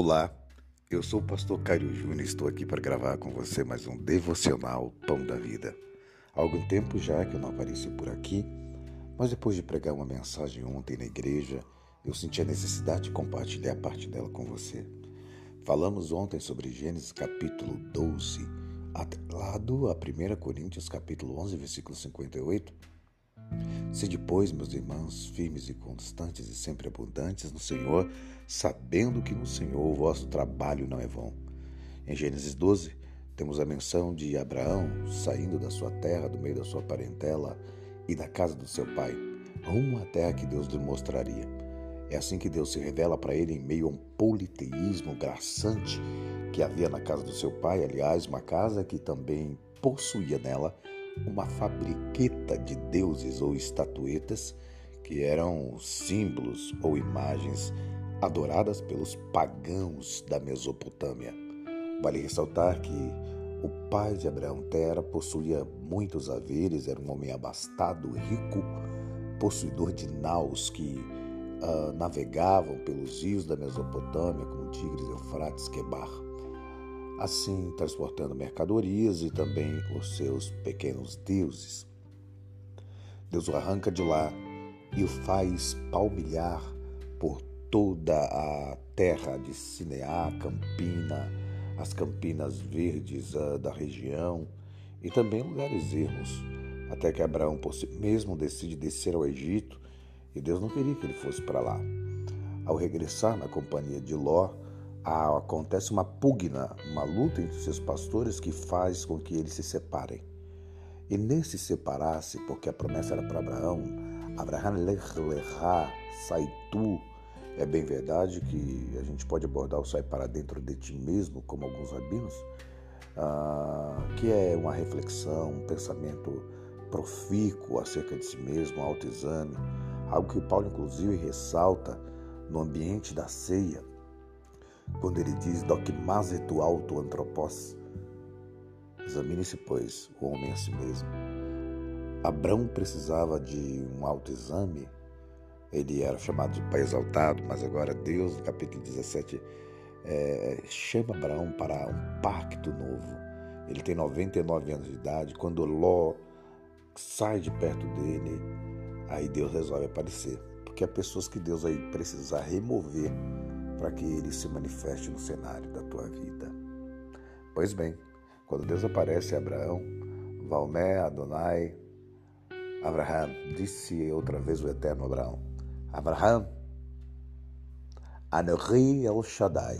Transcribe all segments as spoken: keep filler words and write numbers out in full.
Olá, eu sou o pastor Caio Júnior e estou aqui para gravar com você mais um devocional Pão da Vida. Há algum tempo já que eu não apareci por aqui, mas depois de pregar uma mensagem ontem na igreja, eu senti a necessidade de compartilhar parte dela com você. Falamos ontem sobre Gênesis capítulo doze, atrelado a primeira Coríntios capítulo onze, versículo cinquenta e oito. Se depois, meus irmãos, firmes e constantes e sempre abundantes no Senhor, sabendo que no Senhor o vosso trabalho não é vão. Em Gênesis doze, temos a menção de Abraão saindo da sua terra, do meio da sua parentela e da casa do seu pai, rumo à terra que Deus lhe mostraria. É assim que Deus se revela para ele em meio a um politeísmo graçante que havia na casa do seu pai, aliás, uma casa que também possuía nela uma fabriqueta de deuses ou estatuetas que eram símbolos ou imagens adoradas pelos pagãos da Mesopotâmia. Vale ressaltar que o pai de Abraão Tera possuía muitos haveres, era um homem abastado, rico, possuidor de naus que uh, navegavam pelos rios da Mesopotâmia, como Tigres, Eufrates, Quebar, assim transportando mercadorias e também os seus pequenos deuses. Deus o arranca de lá e o faz palmilhar por toda a terra de Sineá, Campina, as campinas verdes uh, da região e também lugares ermos, até que Abraão por si mesmo decide descer ao Egito e Deus não queria que ele fosse para lá. Ao regressar na companhia de Ló, Ah, acontece uma pugna, uma luta entre seus pastores que faz com que eles se separem. E nesse separar-se, porque a promessa era para Abraão, Abraham lech lecha, sai tu, é bem verdade que a gente pode abordar o sai para dentro de ti mesmo, como alguns rabinos, ah, que é uma reflexão, um pensamento profícuo acerca de si mesmo, um autoexame, algo que Paulo inclusive ressalta no ambiente da ceia, quando ele diz, doquimaze tu auto antropós, examine-se, pois, o homem a si mesmo. Abrão precisava de um autoexame, ele era chamado de pai exaltado, mas agora Deus, no capítulo dezessete, é, chama Abraão para um pacto novo. Ele tem noventa e nove anos de idade, quando Ló sai de perto dele, aí Deus resolve aparecer, porque há pessoas que Deus vai precisar remover para que ele se manifeste no cenário da tua vida. Pois bem, quando Deus aparece a Abraão, Valmé, Adonai, Abraham, disse outra vez o eterno Abraão, Abraham, Anochi El Shaddai,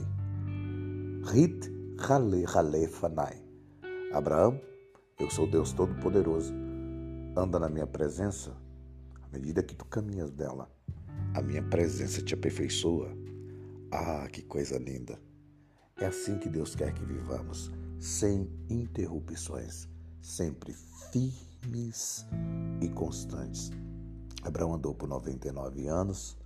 Rit Hale Hale Fanai. Abraão, eu sou Deus Todo-Poderoso, anda na minha presença, à medida que tu caminhas dela, a minha presença te aperfeiçoa. Ah, que coisa linda! É assim que Deus quer que vivamos, sem interrupções, sempre firmes e constantes. Abraão andou por noventa e nove anos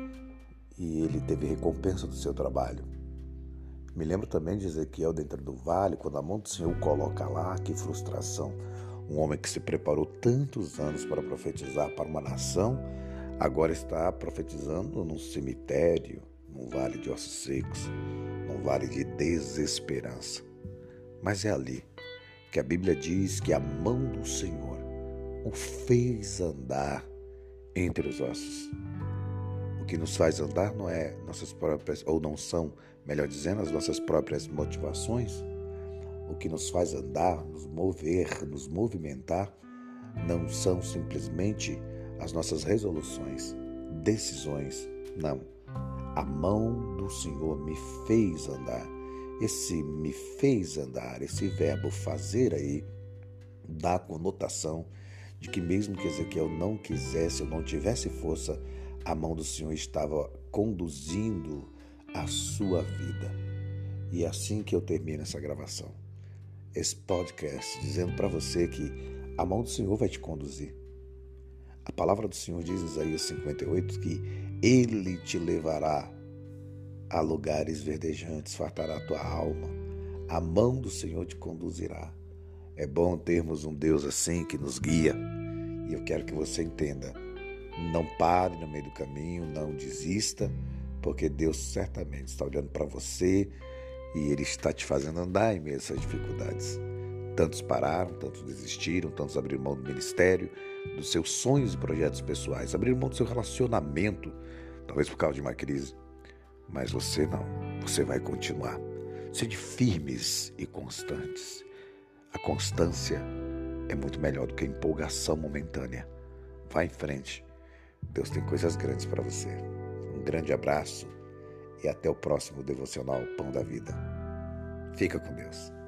e ele teve recompensa do seu trabalho. Me lembro também de Ezequiel dentro do vale, quando a mão do Senhor o coloca lá, que frustração. Um homem que se preparou tantos anos para profetizar para uma nação, agora está profetizando num cemitério, num vale de ossos secos, num vale de desesperança. Mas é ali que a Bíblia diz que a mão do Senhor o fez andar entre os ossos. O que nos faz andar não é nossas próprias, ou não são, melhor dizendo, as nossas próprias motivações. O que nos faz andar, nos mover, nos movimentar, não são simplesmente as nossas resoluções, decisões, não. A mão do Senhor me fez andar. Esse me fez andar, esse verbo fazer aí, dá a conotação de que mesmo que Ezequiel não quisesse ou não tivesse força, a mão do Senhor estava conduzindo a sua vida. E é assim que eu termino essa gravação, esse podcast, dizendo para você que a mão do Senhor vai te conduzir. A palavra do Senhor diz em Isaías cinquenta e oito que Ele te levará a lugares verdejantes, fartará a tua alma. A mão do Senhor te conduzirá. É bom termos um Deus assim que nos guia. E eu quero que você entenda. Não pare no meio do caminho, não desista, porque Deus certamente está olhando para você e Ele está te fazendo andar em meio a essas dificuldades. Tantos pararam, tantos desistiram, tantos abriram mão do ministério, dos seus sonhos e projetos pessoais, abriram mão do seu relacionamento, talvez por causa de uma crise. Mas você não, você vai continuar. Sede firmes e constantes. A constância é muito melhor do que a empolgação momentânea. Vá em frente. Deus tem coisas grandes para você. Um grande abraço e até o próximo devocional Pão da Vida. Fica com Deus.